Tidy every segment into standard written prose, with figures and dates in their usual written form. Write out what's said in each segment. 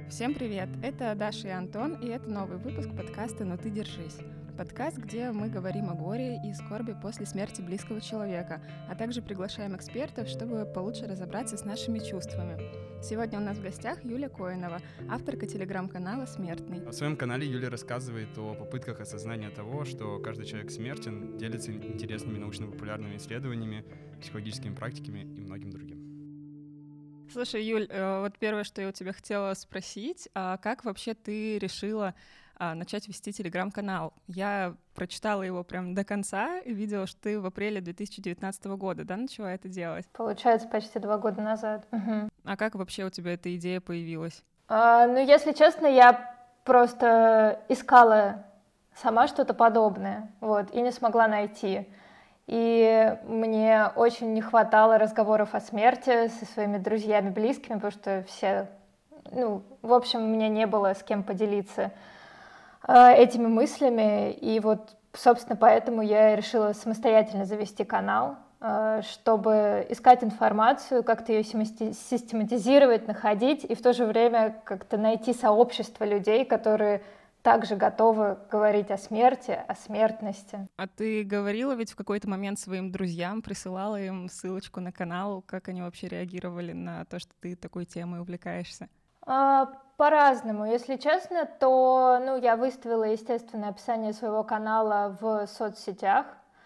Всем привет! Это Даша и Антон, и это новый выпуск подкаста «Ну ты держись». Подкаст, где мы говорим о горе и скорби после смерти близкого человека, а также приглашаем экспертов, чтобы получше разобраться с нашими чувствами. Сегодня у нас в гостях Юля Коинова, авторка телеграм-канала «Смертный». В своем канале Юля рассказывает о попытках осознания того, что каждый человек смертен, делится интересными научно-популярными исследованиями, психологическими практиками и многим другим. Слушай, Юль, вот первое, что я у тебя хотела спросить, а как вообще ты решила начать вести телеграм-канал? Я прочитала его прям до конца и видела, что ты в апреле 2019 года, да, начала это делать? Получается, почти 2 года назад. Угу. А как вообще у тебя эта идея появилась? Если честно, я просто искала сама что-то подобное, и не смогла найти. И мне очень не хватало разговоров о смерти со своими друзьями, близкими, потому что все, в общем, у меня не было с кем поделиться этими мыслями. И собственно, поэтому я решила самостоятельно завести канал, чтобы искать информацию, как-то ее систематизировать, находить, и в то же время как-то найти сообщество людей, которые также готовы говорить о смерти, о смертности. А ты говорила ведь в какой-то момент своим друзьям, присылала им ссылочку на канал, как они вообще реагировали на то, что ты такой темой увлекаешься? По-разному. Если честно, то я выставила естественное описание своего канала в соцсетях.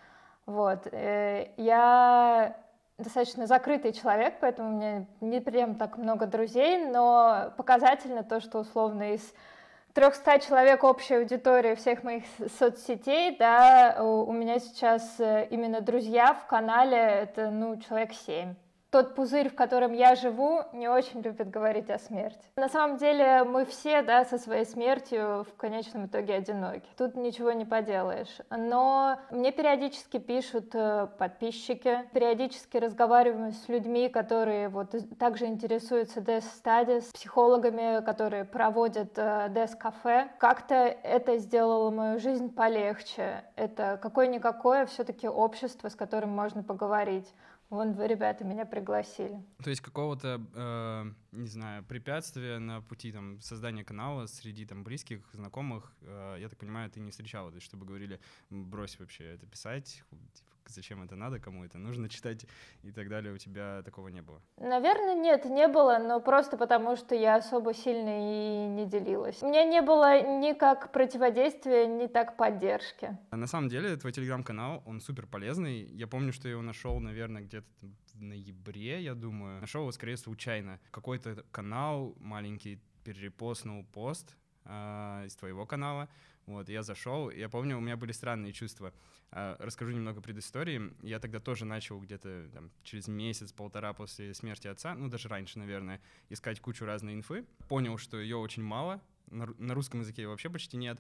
Я достаточно закрытый человек, поэтому у меня не прям так много друзей, но показательно то, что условно из 300 человек общей аудитории всех моих соцсетей, да, у меня сейчас именно друзья в канале, это, человек 7. Тот пузырь, в котором я живу, не очень любит говорить о смерти. На самом деле мы все, да, со своей смертью в конечном итоге одиноки. Тут ничего не поделаешь. Но мне периодически пишут подписчики, периодически разговариваю с людьми, которые также интересуются Death Studies, с психологами, которые проводят Death Cafe. Как-то это сделало мою жизнь полегче. Это какое-никакое все-таки общество, с которым можно поговорить. Вон вы, ребята, меня пригласили. То есть какого-то, препятствия на пути создания канала среди близких, знакомых, я так понимаю, ты не встречала, то есть чтобы говорили, брось вообще это писать, зачем это надо, кому это нужно читать и так далее, у тебя такого не было? Наверное, нет, не было, но просто потому, что я особо сильно и не делилась. У меня не было ни как противодействия, ни так поддержки. На самом деле, твой телеграм-канал, он супер полезный. Я помню, что я его нашел, наверное, где-то в ноябре, я думаю. Нашел его скорее случайно. Какой-то канал маленький перерепостнул пост из твоего канала. Я зашел, я помню, у меня были странные чувства. Расскажу немного предыстории. Я тогда тоже начал где-то через месяц-полтора после смерти отца, даже раньше, наверное, искать кучу разной инфы. Понял, что ее очень мало, на русском языке ее вообще почти нет.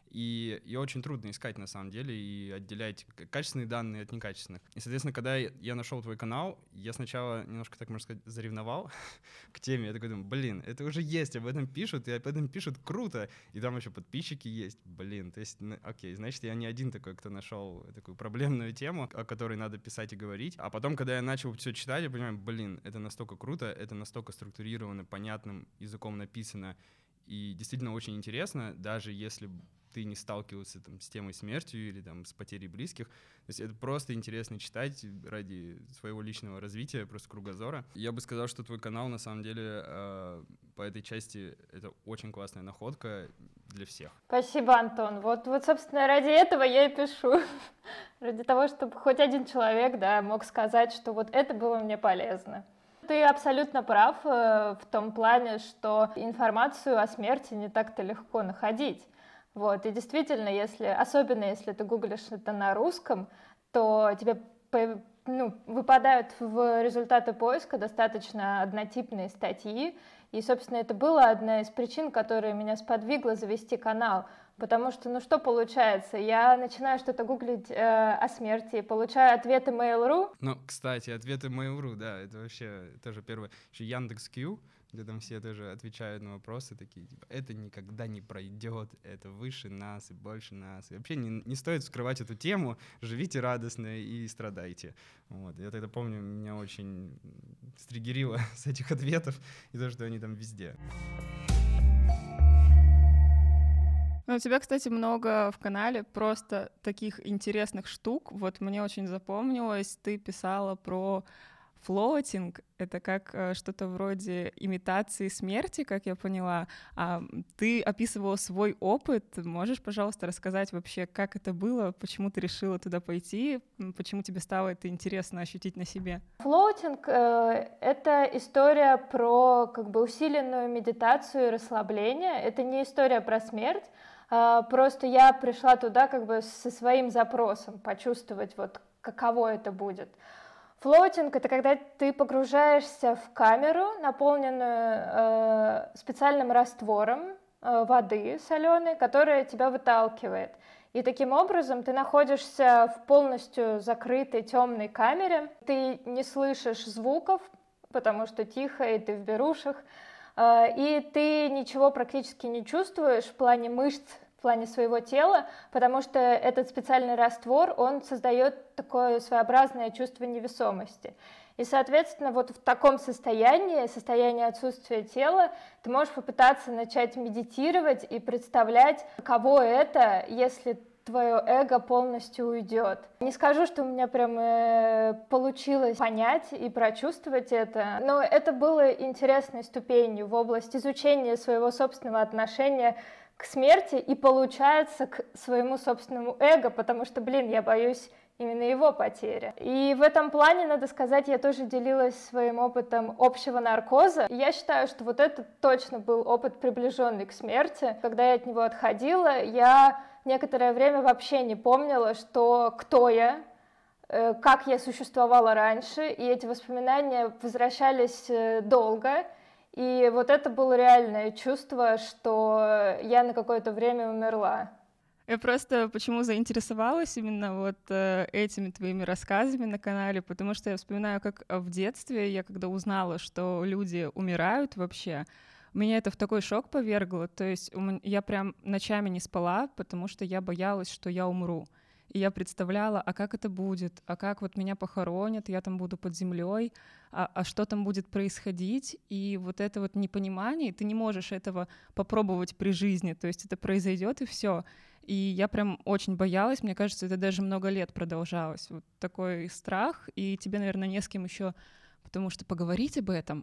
И ее очень трудно искать, на самом деле, и отделять качественные данные от некачественных. И, соответственно, когда я нашел твой канал, я сначала немножко, так можно сказать, заревновал к теме. Я такой думаю, это уже есть, об этом пишут, и об этом пишут круто. И там еще подписчики есть. То есть, окей, значит, я не один такой, кто нашел такую проблемную тему, о которой надо писать и говорить. А потом, когда я начал все читать, я понимаю, это настолько круто, это настолько структурировано, понятным языком написано, и действительно очень интересно, даже если ты не сталкивался с темой смерти или с потерей близких. То есть это просто интересно читать ради своего личного развития, просто кругозора. Я бы сказал, что твой канал, на самом деле, по этой части, это очень классная находка для всех. Спасибо, Антон. Собственно, ради этого я и пишу. Ради того, чтобы хоть один человек, да, мог сказать, что это было мне полезно. Ты абсолютно прав в том плане, что информацию о смерти не так-то легко находить. И действительно, особенно если ты гуглишь это на русском, то тебе выпадают в результаты поиска достаточно однотипные статьи. И, собственно, это была одна из причин, которая меня сподвигла завести канал. Потому что, что получается? Я начинаю что-то гуглить о смерти, получаю ответы Mail.ru. Кстати, ответы Mail.ru, да, это вообще тоже первое. Еще Яндекс.Кью где там все тоже отвечают на вопросы такие, типа, это никогда не пройдет, это выше нас и больше нас. И вообще не стоит вскрывать эту тему, живите радостно и страдайте. Вот. Я тогда помню, меня очень стригерило с этих ответов и то, что они там везде. Ну, у тебя, кстати, много в канале просто таких интересных штук. Вот мне очень запомнилось, ты писала про флоутинг. Это как что-то вроде имитации смерти, как я поняла. Ты описывала свой опыт. Можешь, пожалуйста, рассказать вообще, как это было, почему ты решила туда пойти, почему тебе стало это интересно ощутить на себе? Флоутинг — это история про как бы усиленную медитацию и расслабление. Это не история про смерть. Просто я пришла туда как бы со своим запросом, почувствовать, вот каково это будет. Флоутинг — это когда ты погружаешься в камеру, наполненную специальным раствором воды соленой, которая тебя выталкивает. И таким образом ты находишься в полностью закрытой темной камере, ты не слышишь звуков, потому что тихо, и ты в берушах, и ты ничего практически не чувствуешь в плане мышц, в плане своего тела, потому что этот специальный раствор, он создает такое своеобразное чувство невесомости. И, соответственно, вот в таком состоянии отсутствия тела, ты можешь попытаться начать медитировать и представлять, каково это, если твое эго полностью уйдет. Не скажу, что у меня прям получилось понять и прочувствовать это, но это было интересной ступенью в область изучения своего собственного отношения к смерти и, получается, к своему собственному эго, потому что, я боюсь именно его потери. И в этом плане, надо сказать, я тоже делилась своим опытом общего наркоза. И я считаю, что вот это точно был опыт, приближенный к смерти. Когда я от него отходила, я некоторое время вообще не помнила, кто я, как я существовала раньше, и эти воспоминания возвращались долго. И вот это было реальное чувство, что я на какое-то время умерла. Я просто почему заинтересовалась именно вот этими твоими рассказами на канале, потому что я вспоминаю, как в детстве я когда узнала, что люди умирают вообще, меня это в такой шок повергло, то есть я прям ночами не спала, потому что я боялась, что я умру. И я представляла, а как это будет, а как вот меня похоронят, я там буду под землей, а что там будет происходить, и вот это вот непонимание, ты не можешь этого попробовать при жизни, то есть это произойдет и все. И я прям очень боялась, мне кажется, это даже много лет продолжалось, вот такой страх, и тебе, наверное, не с кем еще, потому что поговорить об этом.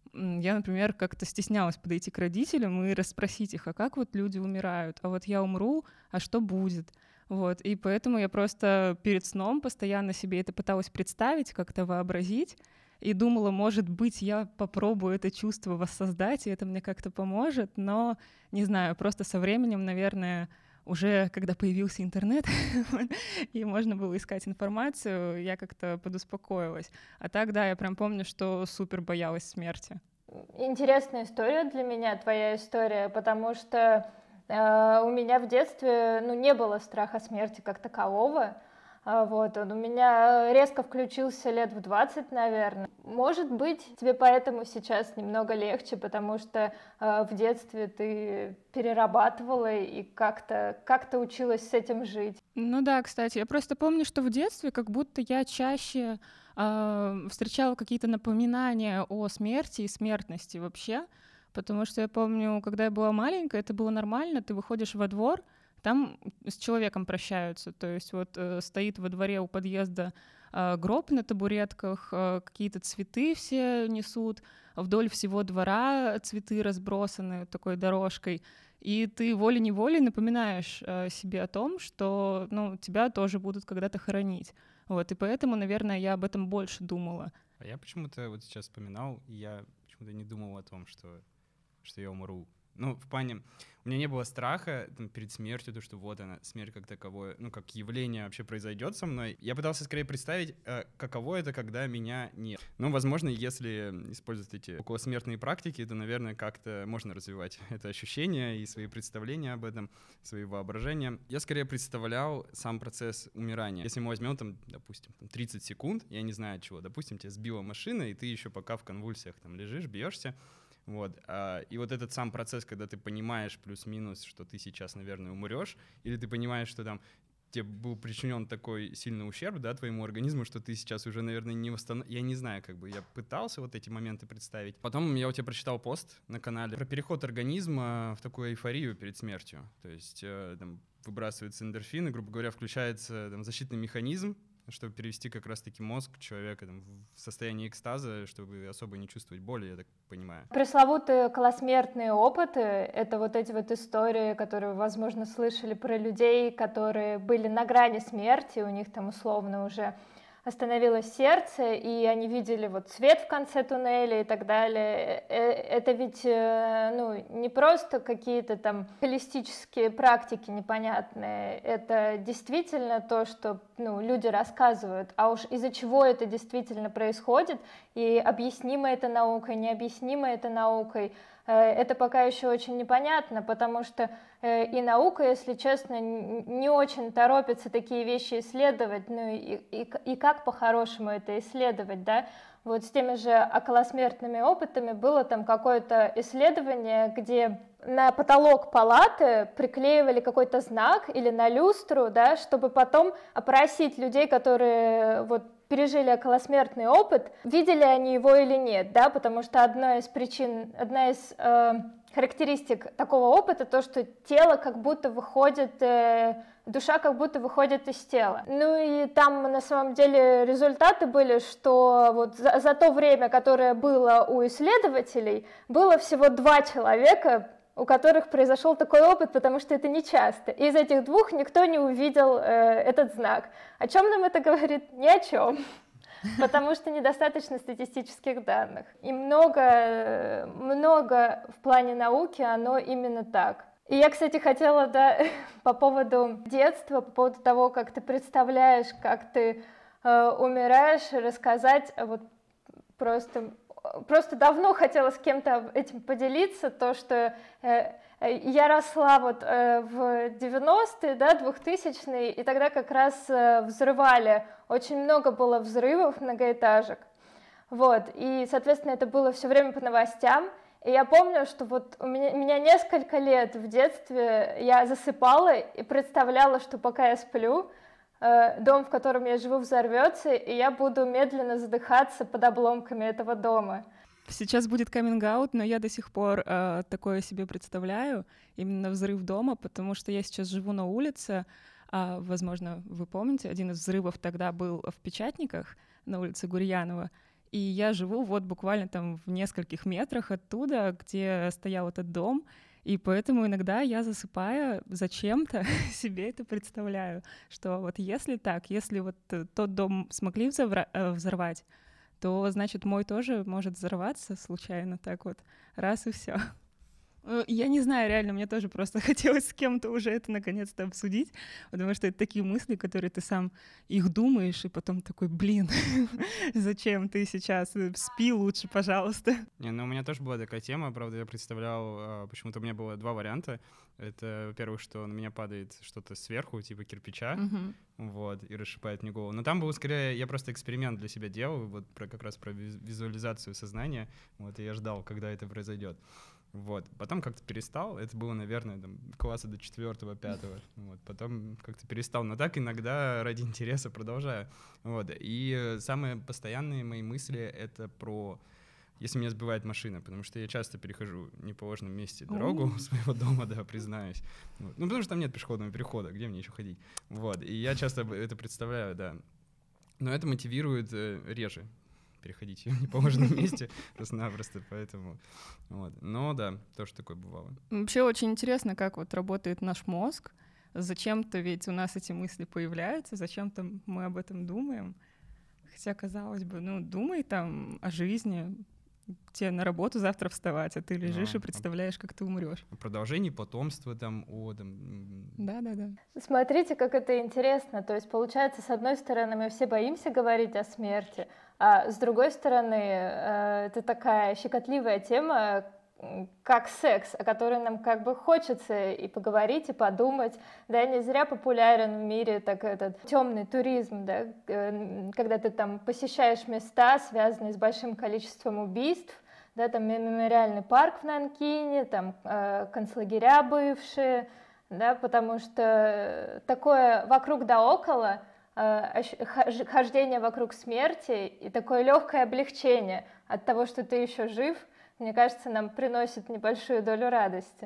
Я, например, как-то стеснялась подойти к родителям и расспросить их, а как вот люди умирают, а вот я умру, а что будет? Вот, и поэтому я просто перед сном постоянно себе это пыталась представить, как-то вообразить, и думала, может быть, я попробую это чувство воссоздать, и это мне как-то поможет, но, не знаю, просто со временем, наверное, уже когда появился интернет, и можно было искать информацию, я как-то подуспокоилась. А так, да, я прям помню, что супер боялась смерти. Интересная история для меня, твоя история, потому что у меня в детстве не было страха смерти как такового. Вот, он у меня резко включился лет в 20, наверное. Может быть, тебе поэтому сейчас немного легче, потому что в детстве ты перерабатывала и как-то училась с этим жить. Ну да, кстати, я просто помню, что в детстве как будто я чаще встречала какие-то напоминания о смерти и смертности вообще, потому что я помню, когда я была маленькая, это было нормально, ты выходишь во двор, там с человеком прощаются, то есть вот стоит во дворе у подъезда гроб на табуретках, какие-то цветы все несут, вдоль всего двора цветы разбросаны такой дорожкой, и ты волей-неволей напоминаешь себе о том, что тебя тоже будут когда-то хоронить. Вот, и поэтому, наверное, я об этом больше думала. А я почему-то вот сейчас вспоминал, и я почему-то не думал о том, что я умру. В плане, у меня не было страха перед смертью, то, что вот она, смерть как таковое, как явление вообще произойдет со мной. Я пытался скорее представить, каково это, когда меня нет. Возможно, если использовать эти околосмертные практики, то, наверное, как-то можно развивать это ощущение и свои представления об этом, свои воображения. Я скорее представлял сам процесс умирания. Если мы возьмем, допустим, 30 секунд, я не знаю от чего, допустим, тебя сбила машина, и ты еще пока в конвульсиях лежишь, бьешься. Вот. И вот этот сам процесс, когда ты понимаешь плюс-минус, что ты сейчас, наверное, умрешь, или ты понимаешь, что там тебе был причинен такой сильный ущерб, да, твоему организму, что ты сейчас уже, наверное, не восстановишь. Я не знаю, как бы я пытался вот эти моменты представить. Потом я у тебя прочитал пост на канале про переход организма в такую эйфорию перед смертью. То есть там выбрасываются эндорфины, грубо говоря, включается там защитный механизм, чтобы перевести как раз-таки мозг человека там, в состояние экстаза, чтобы особо не чувствовать боли, я так понимаю. Пресловутые околосмертные опыты — это вот эти вот истории, которые, возможно, слышали про людей, которые были на грани смерти, у них там условно уже остановилось сердце, и они видели вот свет в конце туннеля и так далее. Это ведь не просто какие-то там холистические практики непонятные, это действительно то, что люди рассказывают, а уж из-за чего это действительно происходит, и объяснимо это наукой, необъяснимо это наукой, это пока еще очень непонятно, потому что и наука, если честно, не очень торопится такие вещи исследовать, и как по-хорошему это исследовать, да? Вот с теми же околосмертными опытами было там какое-то исследование, где на потолок палаты приклеивали какой-то знак или на люстру, да, чтобы потом опросить людей, которые вот пережили околосмертный опыт, видели они его или нет, да, потому что одна из характеристик такого опыта то, что тело как будто выходит, душа как будто выходит из тела. Ну и там на самом деле результаты были, что вот за то время, которое было у исследователей, было всего 2 человека, у которых произошел такой опыт, потому что это нечасто. И из этих 2 никто не увидел этот знак. О чем нам это говорит? Ни о чем. Потому что недостаточно статистических данных. И много в плане науки оно именно так. И я, кстати, хотела, да, по поводу детства, по поводу того, как ты представляешь, как ты умираешь, рассказать. Вот просто давно хотела с кем-то этим поделиться, то, что я росла вот в 90-е, да, 2000-е, и тогда как раз взрывали, очень много было взрывов многоэтажек, вот, и, соответственно, это было все время по новостям, и я помню, что вот у меня несколько лет в детстве я засыпала и представляла, что пока я сплю, дом, в котором я живу, взорвется, и я буду медленно задыхаться под обломками этого дома. Сейчас будет каминг-аут, но я до сих пор такое себе представляю, именно взрыв дома, потому что я сейчас живу на улице, возможно, вы помните, один из взрывов тогда был в Печатниках на улице Гурьянова, и я живу вот буквально там в нескольких метрах оттуда, где стоял этот дом, и поэтому иногда я, засыпая, зачем-то себе это представляю, что вот если так, если вот тот дом смогли взорвать, то, значит, мой тоже может взорваться случайно так вот, раз и все. Я не знаю, реально, мне тоже просто хотелось с кем-то уже это наконец-то обсудить, потому что это такие мысли, которые ты сам их думаешь, и потом такой, блин, зачем ты сейчас? Спи лучше, пожалуйста. У меня тоже была такая тема, правда, я представлял, почему-то у меня было 2 варианта. Это, во-первых, что на меня падает что-то сверху, типа кирпича, вот, и расшибает мне голову. Но там был скорее, я просто эксперимент для себя делал, вот как раз про визуализацию сознания, вот, и я ждал, когда это произойдет. Вот. Потом как-то перестал, это было, наверное, там, класса до 4-5, вот. Потом как-то перестал, но так иногда ради интереса продолжаю. Вот. И самые постоянные мои мысли — это про, если меня сбивает машина, потому что я часто перехожу в неположенном месте дорогу своего дома, да, признаюсь. Вот. Ну, потому что там нет пешеходного перехода, где мне еще ходить? Вот. И я часто это представляю, да. Но это мотивирует реже переходить в неположенном месте просто-напросто, поэтому вот. Но да, тоже такое бывало. Вообще очень интересно, как вот работает наш мозг. Зачем-то ведь у нас эти мысли появляются, зачем-то мы об этом думаем. Хотя, казалось бы, думай там о жизни, тебе на работу завтра вставать, а ты лежишь и представляешь, как ты умрешь. Продолжение потомства там, Да. Смотрите, как это интересно. То есть, получается, с одной стороны, мы все боимся говорить о смерти, а с другой стороны, это такая щекотливая тема, как секс, о которой нам как бы хочется и поговорить, и подумать. Да, не зря популярен в мире так этот темный туризм, да, когда ты там посещаешь места, связанные с большим количеством убийств, да, там мемориальный парк в Нанкине, там концлагеря бывшие, да, потому что такое вокруг да около, хождение вокруг смерти и такое легкое облегчение от того, что ты еще жив, мне кажется, нам приносит небольшую долю радости.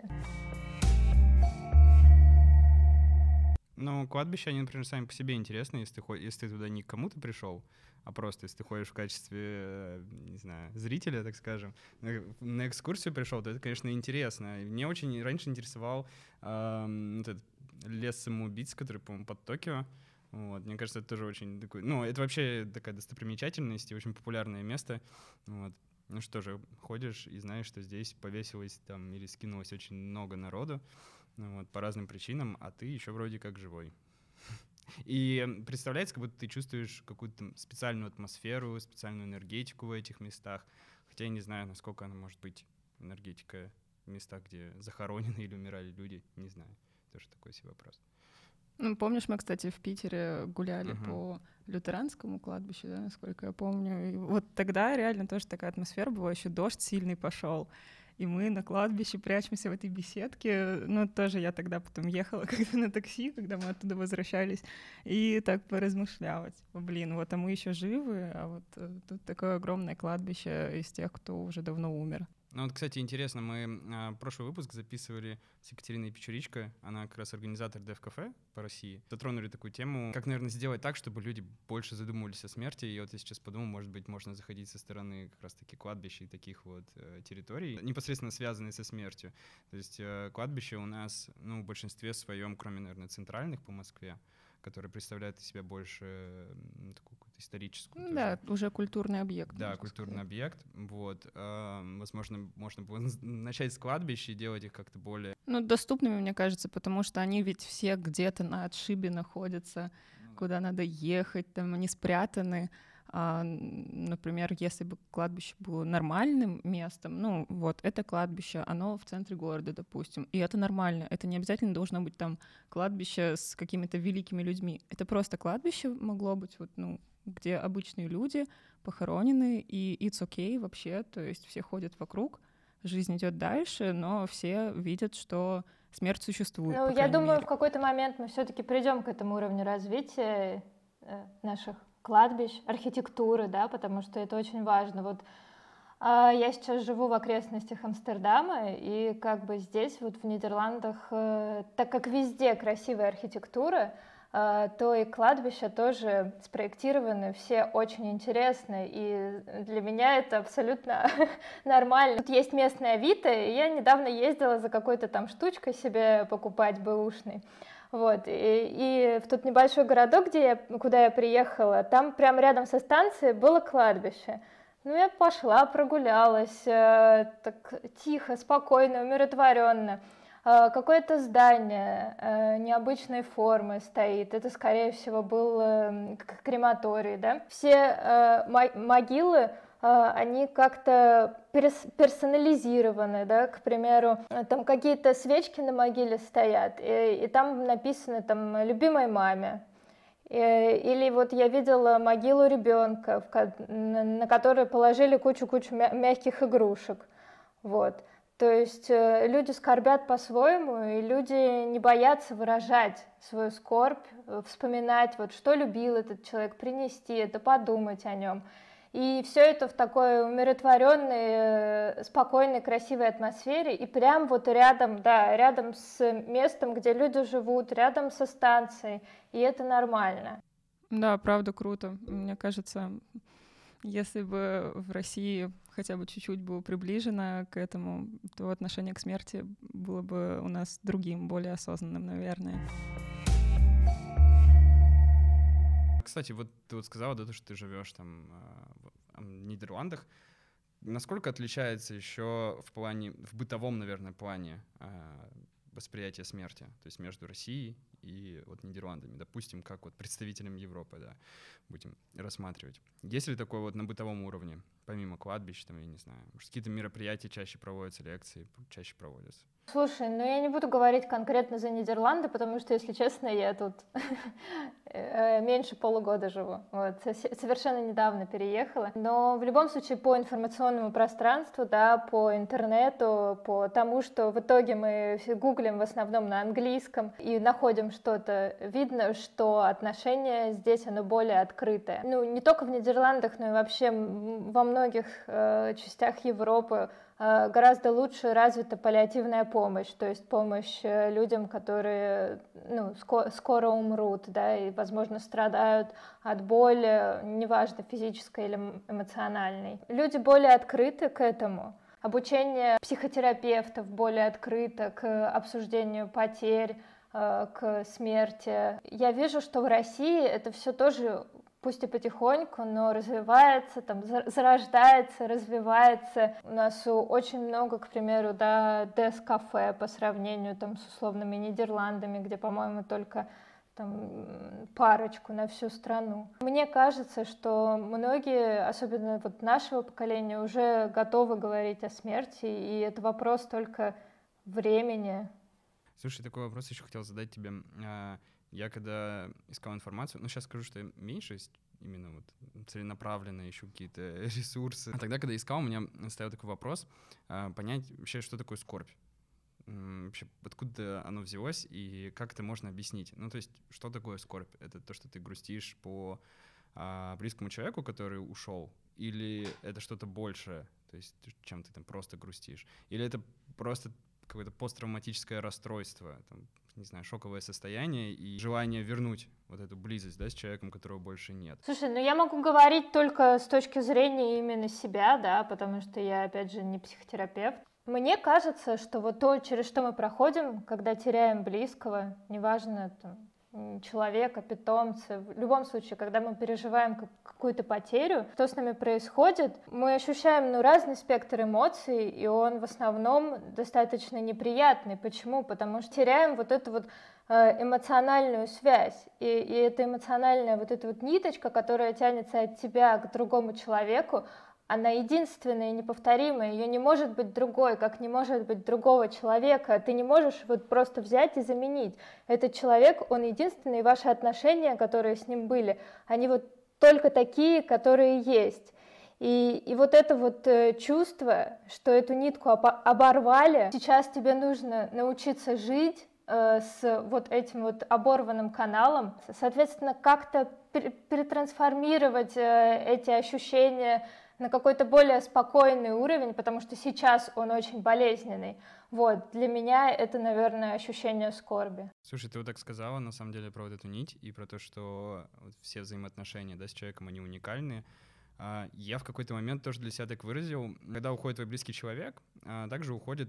Ну, кладбища, они, например, сами по себе интересны, если ты туда не к кому-то пришел, а просто если ты ходишь в качестве, не знаю, зрителя, так скажем, на экскурсию пришел, то это, конечно, интересно. И мне очень раньше интересовал этот лес самоубийц, который, по-моему, под Токио. Вот. Мне кажется, это тоже очень такой... Ну, это вообще такая достопримечательность и очень популярное место. Вот. Ну что же, ходишь и знаешь, что здесь повесилось там или скинулось очень много народу, ну, вот, по разным причинам, а ты еще вроде как живой. И представляется, как будто ты чувствуешь какую-то специальную атмосферу, специальную энергетику в этих местах. Хотя я не знаю, насколько она может быть, энергетика в местах, где захоронены или умирали люди. Не знаю. Тоже такой себе вопрос. Ну, помнишь, мы, кстати, в Питере гуляли по лютеранскому кладбищу, да, насколько я помню. И вот тогда реально тоже такая атмосфера была, еще дождь сильный пошел. И мы на кладбище прячемся в этой беседке. Ну, тоже я тогда потом ехала как-то на такси, когда мы оттуда возвращались, и так поразмышляла. Типа, блин, вот а мы еще живы, а вот тут такое огромное кладбище из тех, кто уже давно умер. Ну вот, кстати, интересно, мы прошлый выпуск записывали с Екатериной Печуричко, она как раз организатор Дев-кафе по России. Затронули такую тему, как, наверное, сделать так, чтобы люди больше задумывались о смерти. И вот я сейчас подумал, может быть, можно заходить со стороны как раз-таки кладбищ и таких вот территорий, непосредственно связанные со смертью. То есть кладбище у нас, ну, в большинстве своем, кроме, наверное, центральных по Москве, которые представляют из себя больше такую какую-то историческую... Да, уже культурный объект. Да, культурный объект. Вот. Возможно, можно было начать с кладбищ и делать их как-то более... Ну, доступными, мне кажется, потому что они ведь все где-то на отшибе находятся, куда надо ехать, там они спрятаны. Например, если бы кладбище было нормальным местом, ну вот это кладбище, оно в центре города, допустим, и это нормально, это не обязательно должно быть там кладбище с какими-то великими людьми, это просто кладбище могло быть, вот, ну, где обычные люди похоронены, и it's okay вообще, то есть все ходят вокруг, жизнь идет дальше, но все видят, что смерть существует. Ну, я думаю, в какой-то момент мы все-таки придем к этому уровню развития наших кладбищ, архитектуры, да, потому что это очень важно. Вот я сейчас живу в окрестностях Амстердама, и как бы здесь, вот в Нидерландах, так как везде красивая архитектура, то и кладбища тоже спроектированы, все очень интересные, и для меня это абсолютно нормально. Тут есть местная Авито, и я недавно ездила за какой-то там штучкой себе покупать бэушной. Вот, и в тот небольшой городок, куда я приехала, там прямо рядом со станцией было кладбище. Ну, я пошла, прогулялась, так тихо, спокойно, умиротворенно. Какое-то здание необычной формы стоит. Это, скорее всего, был крематорий, да? Все могилы, они как-то персонализированы, да, к примеру, там какие-то свечки на могиле стоят, и там написано там «любимой маме». Или вот я видела могилу ребенка, на которой положили кучу-кучу мягких игрушек, вот. То есть люди скорбят по-своему, и люди не боятся выражать свою скорбь, вспоминать, вот, что любил этот человек, принести это, подумать о нем. И все это в такой умиротворенной, спокойной, красивой атмосфере, и прям вот рядом, да, рядом с местом, где люди живут, рядом со станцией, и это нормально. Да, правда, круто. Мне кажется, если бы в России хотя бы чуть-чуть было приближено к этому, то отношение к смерти было бы у нас другим, более осознанным, наверное. Кстати, вот ты вот сказала, да, что ты живешь там в Нидерландах. Насколько отличается еще в бытовом, наверное, плане восприятие смерти, то есть между Россией и вот Нидерландами, допустим, как вот представителям Европы, да, будем рассматривать. Есть ли такое вот на бытовом уровне? помимо кладбищ, там, я не знаю, может, какие-то мероприятия чаще проводятся, лекции чаще проводятся? Слушай, ну я не буду говорить конкретно за Нидерланды, потому что, если честно, я тут меньше полугода живу. Вот, совершенно недавно переехала. Но в любом случае по информационному пространству, да, по интернету, по тому, что в итоге мы гуглим в основном на английском и находим что-то, видно, что отношение здесь, оно более открытое. Ну, не только в Нидерландах, но и вообще во многих частях Европы гораздо лучше развита паллиативная помощь, то есть помощь людям, которые скоро умрут, да, и, возможно, страдают от боли, неважно, физической или эмоциональной. Люди более открыты к этому. Обучение психотерапевтов более открыто к обсуждению потерь, к смерти. Я вижу, что в России это все тоже, пусть и потихоньку, но развивается, там, зарождается, развивается. У нас очень много, к примеру, да, дес-кафе по сравнению там, с условными Нидерландами, где, по-моему, только там, парочку на всю страну. Мне кажется, что многие, особенно вот нашего поколения, уже готовы говорить о смерти, и это вопрос только времени. Слушай, такой вопрос еще хотел задать тебе. Я когда искал информацию, сейчас скажу, что я меньше именно вот целенаправленно ищу какие-то ресурсы. А тогда, когда искал, у меня стоял такой вопрос, понять вообще, что такое скорбь. Вообще, откуда оно взялось и как это можно объяснить? Ну, то есть, что такое скорбь? Это то, что ты грустишь по близкому человеку, который ушел? Или это что-то большее, то есть, чем ты там просто грустишь? Или это просто какое-то посттравматическое расстройство, там, не знаю, шоковое состояние и желание вернуть вот эту близость, да, с человеком, которого больше нет. Слушай, ну я могу говорить только с точки зрения именно себя, да, потому что я, опять же, не психотерапевт. Мне кажется, что вот то, через что мы проходим, когда теряем близкого, неважно, там, человека, питомца, в любом случае, когда мы переживаем какую-то потерю, что с нами происходит, мы ощущаем разный спектр эмоций, и он в основном достаточно неприятный. Почему? Потому что теряем вот эту вот эмоциональную связь, и эта эмоциональная вот эта вот ниточка, которая тянется от тебя к другому человеку, она единственная и неповторимая, ее не может быть другой, как не может быть другого человека. Ты не можешь вот просто взять и заменить. Этот человек, он единственный, и ваши отношения, которые с ним были, они вот только такие, которые есть. И вот это вот чувство, что эту нитку оборвали, сейчас тебе нужно научиться жить с вот этим вот оборванным каналом, соответственно, как-то перетрансформировать эти ощущения на какой-то более спокойный уровень, потому что сейчас он очень болезненный. Вот, для меня это, наверное, ощущение скорби. Слушай, ты вот так сказала, на самом деле, про вот эту нить и про то, что вот все взаимоотношения, да, с человеком, они уникальны. Я в какой-то момент тоже для себя так выразил, когда уходит твой близкий человек, также уходит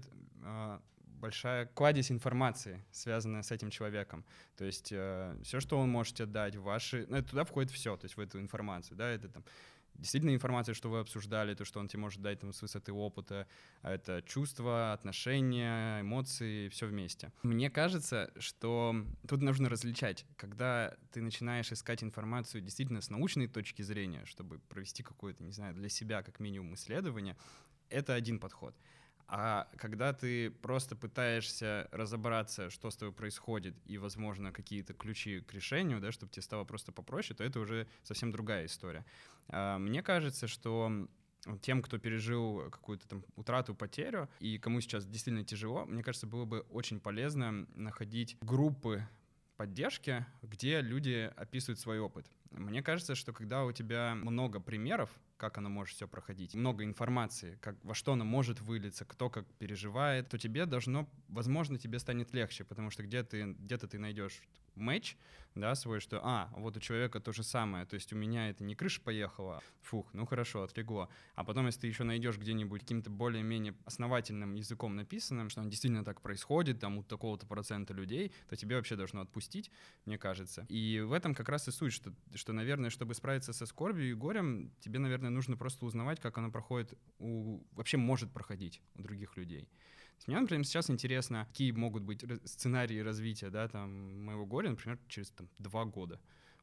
большая кладезь информации, связанная с этим человеком. То есть все, что он может тебе дать, туда входит все, то есть в эту информацию, да, это там действительно информация, что вы обсуждали, то, что он тебе может дать там, с высоты опыта, это чувства, отношения, эмоции, все вместе. Мне кажется, что тут нужно различать, когда ты начинаешь искать информацию действительно с научной точки зрения, чтобы провести какое-то, не знаю, для себя как минимум исследование, это один подход. А когда ты просто пытаешься разобраться, что с тобой происходит, и, возможно, какие-то ключи к решению, да, чтобы тебе стало просто попроще, то это уже совсем другая история. Мне кажется, что тем, кто пережил какую-то там утрату, потерю, и кому сейчас действительно тяжело, мне кажется, было бы очень полезно находить группы поддержки, где люди описывают свой опыт. Мне кажется, что когда у тебя много примеров, как оно может все проходить, много информации, во что оно может вылиться, кто как переживает, то тебе возможно, тебе станет легче, потому что где-то ты найдешь матч, да, свой, что, вот у человека то же самое, то есть у меня это не крыша поехала, хорошо, отлегло. А потом, если ты еще найдешь где-нибудь каким-то более-менее основательным языком написанным, что действительно так происходит, там у такого-то процента людей, то тебе вообще должно отпустить, мне кажется. И в этом как раз и суть, что, наверное, чтобы справиться со скорбью и горем, тебе, наверное, нужно просто узнавать, как оно проходит, вообще может проходить у других людей. Мне, например, сейчас интересно, какие могут быть сценарии развития, да, там, моего горя, например, через 2 года.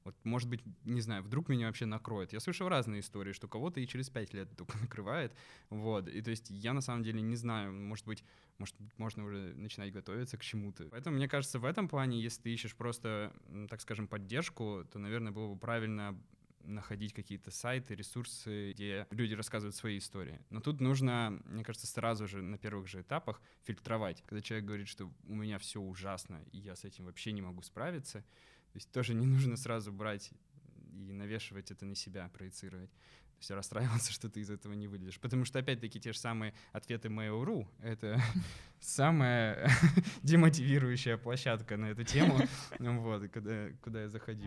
Вот, может быть, не знаю, вдруг меня вообще накроет. Я слышал разные истории, что кого-то и через 5 лет только накрывает, вот, и то есть я на самом деле не знаю, может быть, можно уже начинать готовиться к чему-то. Поэтому, мне кажется, в этом плане, если ты ищешь просто, так скажем, поддержку, то, наверное, было бы правильно находить какие-то сайты, ресурсы, где люди рассказывают свои истории. Но тут нужно, мне кажется, сразу же на первых же этапах фильтровать. Когда человек говорит, что у меня все ужасно, и я с этим вообще не могу справиться, то есть тоже не нужно сразу брать и навешивать это на себя, проецировать. То есть расстраиваться, что ты из этого не выйдешь. Потому что, опять-таки, те же самые ответы Mail.ru — это самая демотивирующая площадка на эту тему, вот, куда я заходил.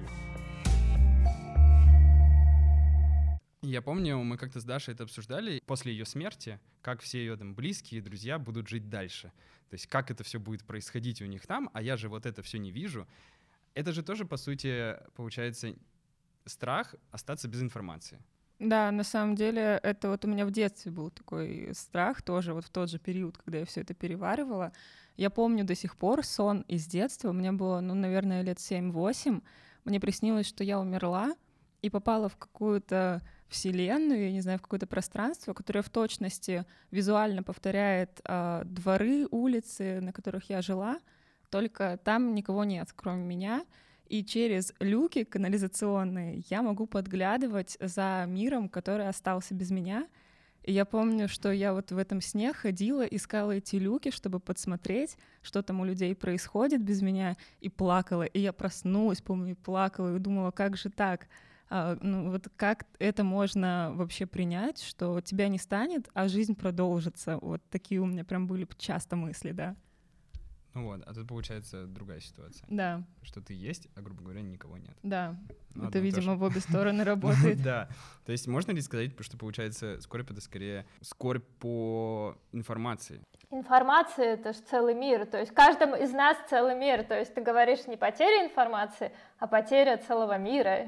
Я помню, мы как-то с Дашей это обсуждали после ее смерти, как все ее там близкие, друзья будут жить дальше. То есть как это все будет происходить у них там, а я же вот это все не вижу. Это же тоже, по сути, получается страх остаться без информации. Да, на самом деле, это вот у меня в детстве был такой страх, тоже вот в тот же период, когда я все это переваривала. Я помню до сих пор сон из детства, мне было, наверное, лет 7-8, мне приснилось, что я умерла и попала в какую-то вселенную, я не знаю, в какое-то пространство, которое в точности визуально повторяет дворы, улицы, на которых я жила, только там никого нет, кроме меня, и через люки канализационные я могу подглядывать за миром, который остался без меня. И я помню, что я вот в этом сне ходила, искала эти люки, чтобы подсмотреть, что там у людей происходит без меня, и плакала. И я проснулась, помню, и плакала, и думала, как же так? Вот как это можно вообще принять, что тебя не станет, а жизнь продолжится? Вот такие у меня прям были часто мысли, да. Ну вот, а тут получается другая ситуация. Да. Что ты есть, а, грубо говоря, никого нет. Да, это, видимо, в обе стороны работает. Да, то есть можно ли сказать, что получается скорбь — это скорее скорбь по информации? Информация — это же целый мир, то есть каждому из нас целый мир, то есть ты говоришь не потеря информации, а потеря целого мира.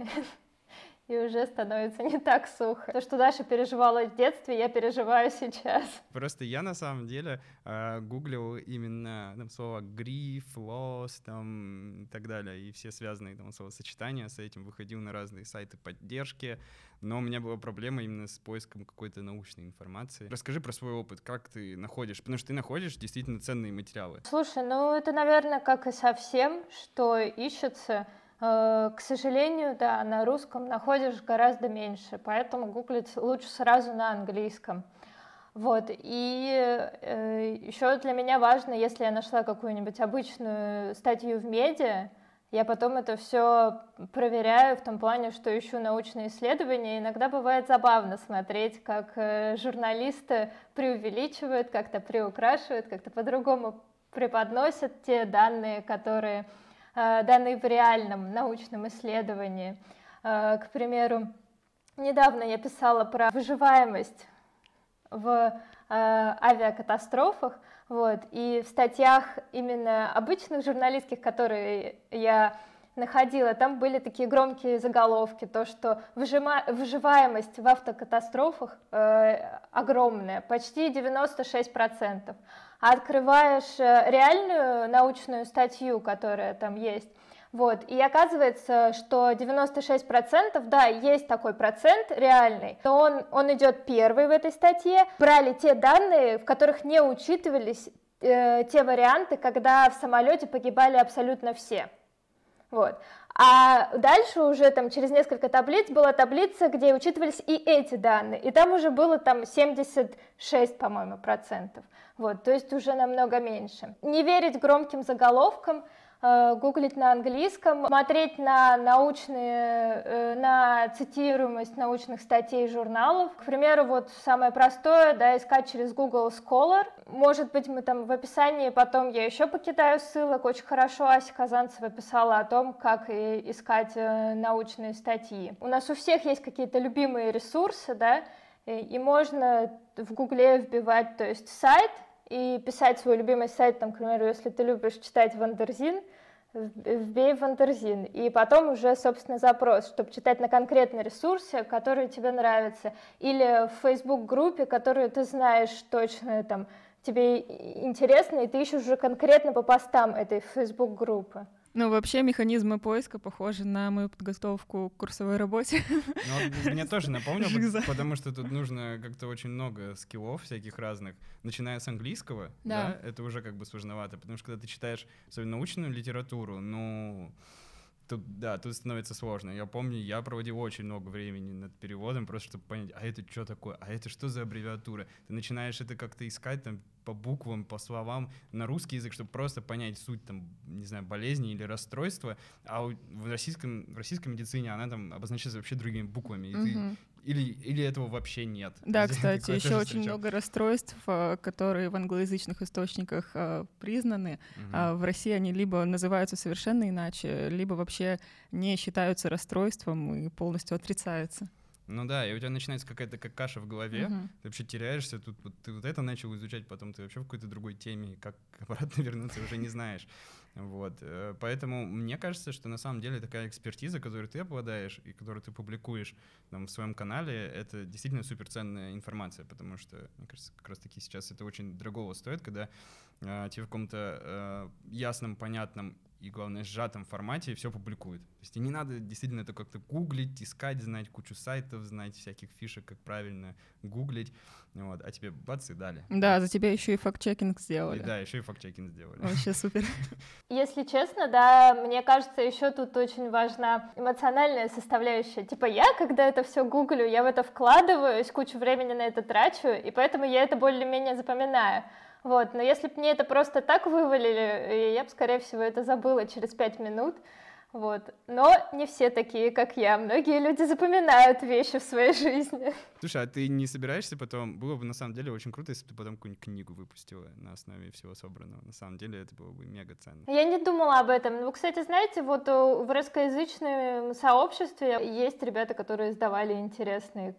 И уже становится не так сухо. То, что Даша переживала в детстве, я переживаю сейчас. Просто я на самом деле гуглил именно там слово гриф, лосс там, и так далее, и все связанные там словосочетания с этим, выходил на разные сайты поддержки, но у меня была проблема именно с поиском какой-то научной информации. Расскажи про свой опыт, как ты находишь, потому что ты находишь действительно ценные материалы. Слушай, это, наверное, как и со всем, что ищется. К сожалению, да, на русском находишь гораздо меньше, поэтому гуглить лучше сразу на английском. Вот, и еще для меня важно, если я нашла какую-нибудь обычную статью в медиа, я потом это все проверяю в том плане, что ищу научные исследования. Иногда бывает забавно смотреть, как журналисты преувеличивают, как-то приукрашивают, как-то по-другому преподносят те данные, которые данные в реальном научном исследовании. К примеру, недавно я писала про выживаемость в авиакатастрофах, вот, и в статьях именно обычных журналистских, которые я находила, там были такие громкие заголовки, то, что выживаемость в автокатастрофах огромная, почти 96%. А открываешь реальную научную статью, которая там есть, вот, и оказывается, что 96%, да, есть такой процент реальный, но он идет первый в этой статье. Брали те данные, в которых не учитывались те варианты, когда в самолете погибали абсолютно все. Вот. А дальше уже там через несколько таблиц была таблица, где учитывались и эти данные, и там уже было там 76, по-моему, процентов. Вот, то есть уже намного меньше. Не верить громким заголовкам, гуглить на английском, смотреть на на цитируемость научных статей журналов. К примеру, вот самое простое, да, искать через Google Scholar. Может быть, мы там в описании потом, я еще покидаю ссылок. Очень хорошо Ася Казанцева писала о том, как искать научные статьи. У нас у всех есть какие-то любимые ресурсы, да, и можно в Гугле вбивать, то есть сайт, и писать свой любимый сайт, там, к примеру, если ты любишь читать Вандерзин, вбей Вандерзин, и потом уже, собственно, запрос, чтобы читать на конкретном ресурсе, который тебе нравится, или в Facebook-группе, которую ты знаешь точно, там, тебе интересно, и ты ищешь уже конкретно по постам этой Facebook-группы. Ну, вообще механизмы поиска похожи на мою подготовку к курсовой работе. Ну, мне тоже напомнил, потому что тут нужно как-то очень много скиллов всяких разных. Начиная с английского, да, это уже как бы сложновато, потому что когда ты читаешь особенно научную литературу, ну... Тут становится сложно. Я помню, я проводил очень много времени над переводом, просто чтобы понять, а это что такое, а это что за аббревиатура? Ты начинаешь это как-то искать там по буквам, по словам на русский язык, чтобы просто понять суть там, не знаю, болезни или расстройства, а в российской медицине она там обозначается вообще другими буквами. И или этого вообще нет. Да, кстати, еще очень много расстройств, которые в англоязычных источниках признаны, а в России они либо называются совершенно иначе, либо вообще не считаются расстройством и полностью отрицаются. Ну да, и у тебя начинается какая-то как каша в голове, ты вообще теряешься, тут вот, ты вот это начал изучать, потом ты вообще в какой-то другой теме, как обратно вернуться уже не знаешь. Вот, поэтому мне кажется, что на самом деле такая экспертиза, которой ты обладаешь и которую ты публикуешь там, в своем канале, это действительно суперценная информация, потому что, мне кажется, как раз-таки сейчас это очень дорого стоит, когда тебе в каком-то ясном, понятном и, главное, сжатом формате все публикуют. То есть тебе не надо действительно это как-то гуглить, искать, знать кучу сайтов, знать всяких фишек, как правильно гуглить, вот, а тебе бац и дали. Да, за тебя еще и факт-чекинг сделали. И, да, еще и факт-чекинг сделали. Вообще супер. Если честно, да, мне кажется, еще тут очень важна эмоциональная составляющая. Типа я, когда это все гуглю, я в это вкладываюсь, кучу времени на это трачу, и поэтому я это более-менее запоминаю. Вот, но если бы мне это просто так вывалили, я бы, скорее всего, это забыла через 5 минут. Вот. Но не все такие, как я. Многие люди запоминают вещи в своей жизни. Слушай, а ты не собираешься потом... Было бы, на самом деле, очень круто, если бы ты потом какую-нибудь книгу выпустила на основе всего собранного. На самом деле, это было бы мега ценно. Я не думала об этом. Ну, кстати, знаете, вот в русскоязычном сообществе есть ребята, которые издавали интересные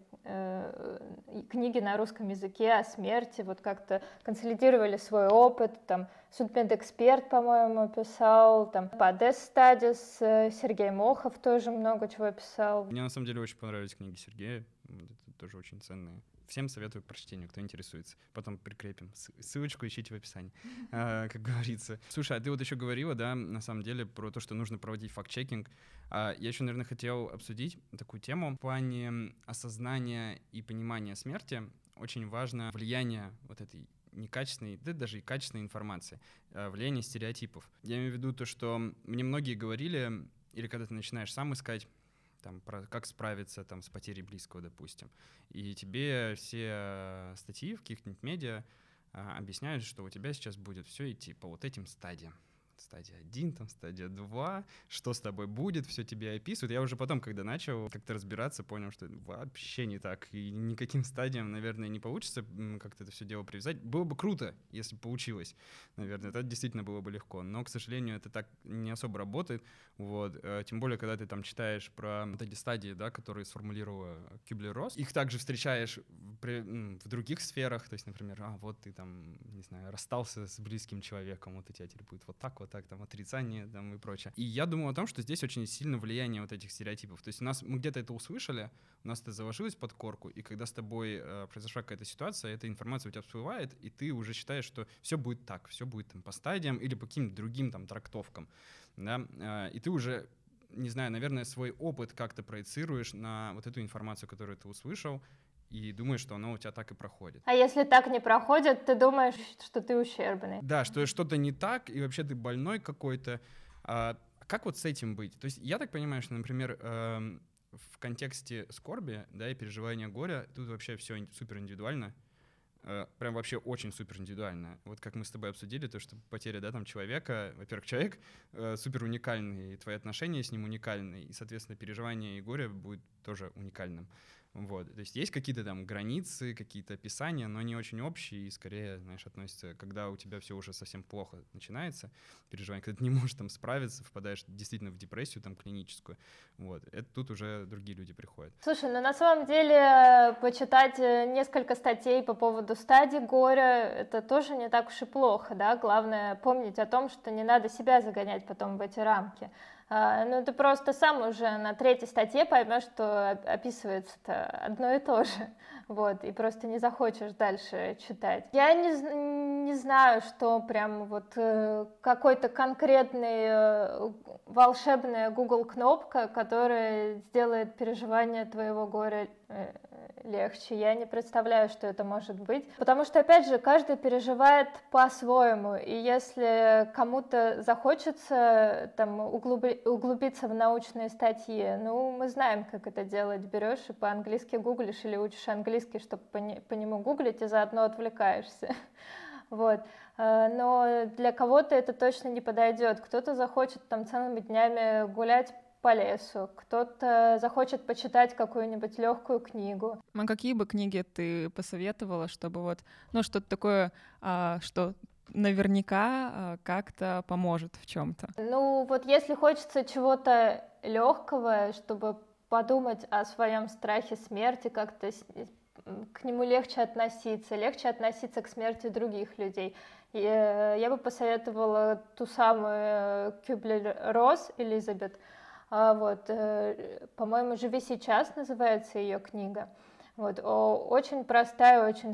книги на русском языке о смерти, вот как-то консолидировали свой опыт, там, судмедэксперт, по-моему, писал, там, по Death Studies, Сергей Мохов тоже много чего писал. Мне, на самом деле, очень понравились книги Сергея, это тоже очень ценные. Всем советую к прочтению, кто интересуется. Потом прикрепим. Ссылочку ищите в описании, как говорится. Слушай, а ты вот еще говорила, да, на самом деле, про то, что нужно проводить факт-чекинг. Я еще, наверное, хотел обсудить такую тему. В плане осознания и понимания смерти очень важно влияние вот этой некачественной, да даже и качественной информации, влияние стереотипов. Я имею в виду то, что мне многие говорили, или когда ты начинаешь сам искать, там, про как справиться там, с потерей близкого, допустим. И тебе все статьи в каких-нибудь медиа объясняют, что у тебя сейчас будет все идти по вот этим стадиям. Стадия 1, там, стадия 2, что с тобой будет, все тебе описывают. Я уже потом, когда начал как-то разбираться, понял, что вообще не так. И никаким стадиям, наверное, не получится как-то это все дело привязать. Было бы круто, если бы получилось, наверное. Это действительно было бы легко. Но, к сожалению, это так не особо работает. Вот. Тем более, когда ты там читаешь про вот эти стадии, да, которые сформулировала Кюблер-Росс, их также встречаешь в других сферах. То есть, например, вот ты там, не знаю, расстался с близким человеком, вот у тебя теперь будет вот так, там, отрицание там, и прочее. И я думаю о том, что здесь очень сильно влияние вот этих стереотипов. То есть мы где-то это услышали, у нас это заложилось под корку, и когда с тобой произошла какая-то ситуация, эта информация у тебя всплывает, и ты уже считаешь, что все будет так, все будет там, по стадиям или по каким-то другим там, трактовкам. Да? И ты уже, не знаю, наверное, свой опыт как-то проецируешь на вот эту информацию, которую ты услышал, и думаешь, что оно у тебя так и проходит. А если так не проходит, ты думаешь, что ты ущербный. Да, что что-то не так, и вообще ты больной какой-то. Как вот с этим быть? То есть я так понимаю, что, например, в контексте скорби, да, и переживания горя, тут вообще все супер индивидуально. Прям вообще очень супер индивидуально. Вот как мы с тобой обсудили, то, что потеря, да, там, человека, во-первых, человек супер уникальный, и твои отношения с ним уникальны, и, соответственно, переживание и горе будет тоже уникальным. Вот. То есть есть какие-то там границы, какие-то описания, но они очень общие и скорее, знаешь, относятся, когда у тебя все уже совсем плохо начинается, переживание, когда ты не можешь там справиться, впадаешь действительно в депрессию там клиническую, вот. Это тут уже другие люди приходят. Слушай, ну на самом деле почитать несколько статей по поводу стадий горя, это тоже не так уж и плохо, да, главное помнить о том, что не надо себя загонять потом в эти рамки. Ну, ты просто сам уже на 3-й статье поймешь, что описывается-то одно и то же, вот, и просто не захочешь дальше читать. Я не знаю, что прям вот какой-то конкретный волшебная Google кнопка, которая сделает переживание твоего горя легче. Я не представляю, что это может быть. Потому что, опять же, каждый переживает по-своему. И если кому-то захочется там, углубиться в научные статьи, ну, мы знаем, как это делать. Берешь и по-английски гуглишь или учишь английский, чтобы по нему гуглить, и заодно отвлекаешься. Вот. Но для кого-то это точно не подойдет. Кто-то захочет там целыми днями гулять по лесу, кто-то захочет почитать какую-нибудь легкую книгу. А какие бы книги ты посоветовала, чтобы вот, ну, что-то такое, что наверняка как-то поможет в чем-то? Ну, вот если хочется чего-то легкого, чтобы подумать о своем страхе смерти, как-то к нему легче относиться к смерти других людей. И я бы посоветовала ту самую Кюблер-Росс Элизабет. Вот, по-моему, «Живи сейчас» называется ее книга. Вот, очень простая, очень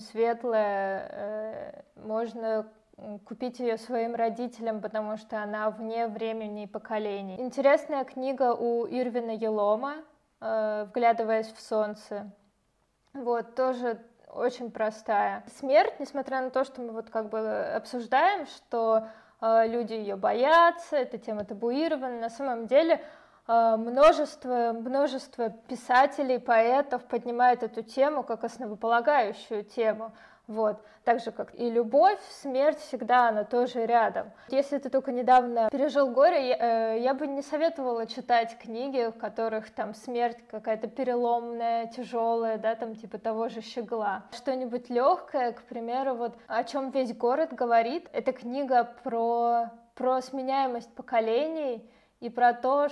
светлая. Можно купить ее своим родителям, потому что она вне времени и поколений. Интересная книга у Ирвина Ялома «Вглядываясь в солнце». Вот, тоже очень простая. Смерть, несмотря на то, что мы вот как бы обсуждаем, что люди ее боятся, эта тема табуирована, на самом деле множество писателей, поэтов поднимает эту тему как основополагающую тему. Вот. Так же, как и любовь, смерть всегда, она тоже рядом. Если ты только недавно пережил горе, я бы не советовала читать книги, в которых там смерть какая-то переломная, тяжелая, да, там типа того же «Щегла». Что-нибудь легкое, к примеру, вот «О чем весь город говорит». Это книга про сменяемость поколений, и про то,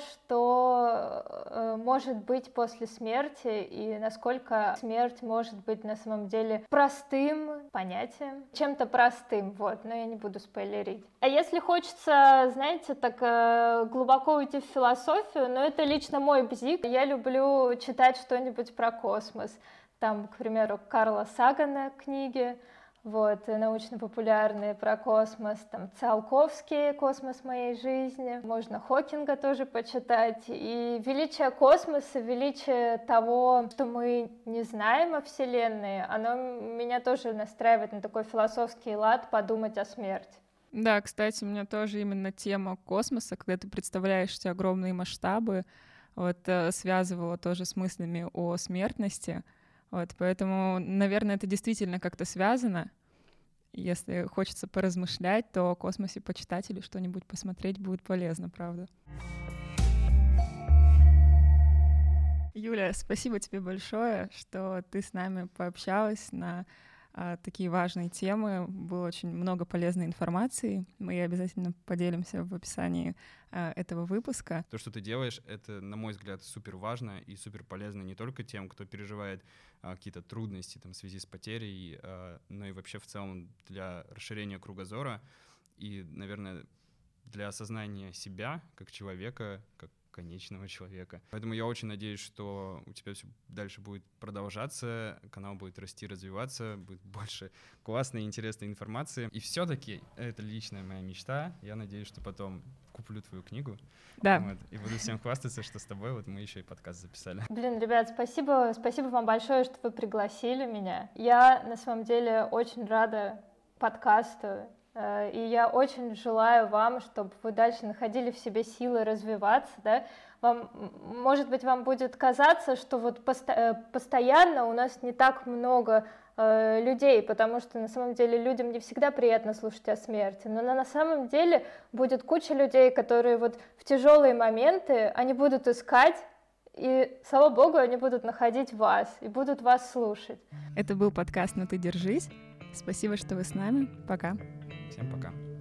что может быть после смерти, и насколько смерть может быть на самом деле простым понятием, чем-то простым, вот, но я не буду спойлерить. А если хочется, знаете, так глубоко уйти в философию, но это лично мой бзик, я люблю читать что-нибудь про космос, там, к примеру, Карла Сагана книги, вот, научно-популярные про космос, там, Циолковский «Космос моей жизни», можно Хокинга тоже почитать, и величие космоса, величие того, что мы не знаем о Вселенной, оно меня тоже настраивает на такой философский лад подумать о смерти. Да, кстати, у меня тоже именно тема космоса, когда ты представляешь себе огромные масштабы, вот, связывала тоже с мыслями о смертности. Вот, поэтому, наверное, это действительно как-то связано. Если хочется поразмышлять, то о космосе почитать или что-нибудь посмотреть будет полезно, правда. Юля, спасибо тебе большое, что ты с нами пообщалась на такие важные темы. Было очень много полезной информации. Мы обязательно поделимся в описании этого выпуска. То, что ты делаешь, это, на мой взгляд, супер важно и супер полезно не только тем, кто переживает какие-то трудности там, в связи с потерей, но и вообще в целом для расширения кругозора и, наверное, для осознания себя как человека, как конечного человека. Поэтому я очень надеюсь, что у тебя все дальше будет продолжаться, канал будет расти, развиваться, будет больше классной и интересной информации. И все-таки это личная моя мечта. Я надеюсь, что потом куплю твою книгу. Да. Вот, и буду всем хвастаться, что с тобой вот мы еще и подкаст записали. Блин, ребят, спасибо вам большое, что вы пригласили меня. Я на самом деле очень рада подкасту. И я очень желаю вам, чтобы вы дальше находили в себе силы развиваться, да. Может быть, вам будет казаться, что вот постоянно у нас не так много людей, потому что на самом деле людям не всегда приятно слушать о смерти, но на самом деле будет куча людей, которые вот в тяжелые моменты, они будут искать, и, слава богу, они будут находить вас и будут вас слушать. Это был подкаст «Ну ты держись». Спасибо, что вы с нами. Пока. Всем пока.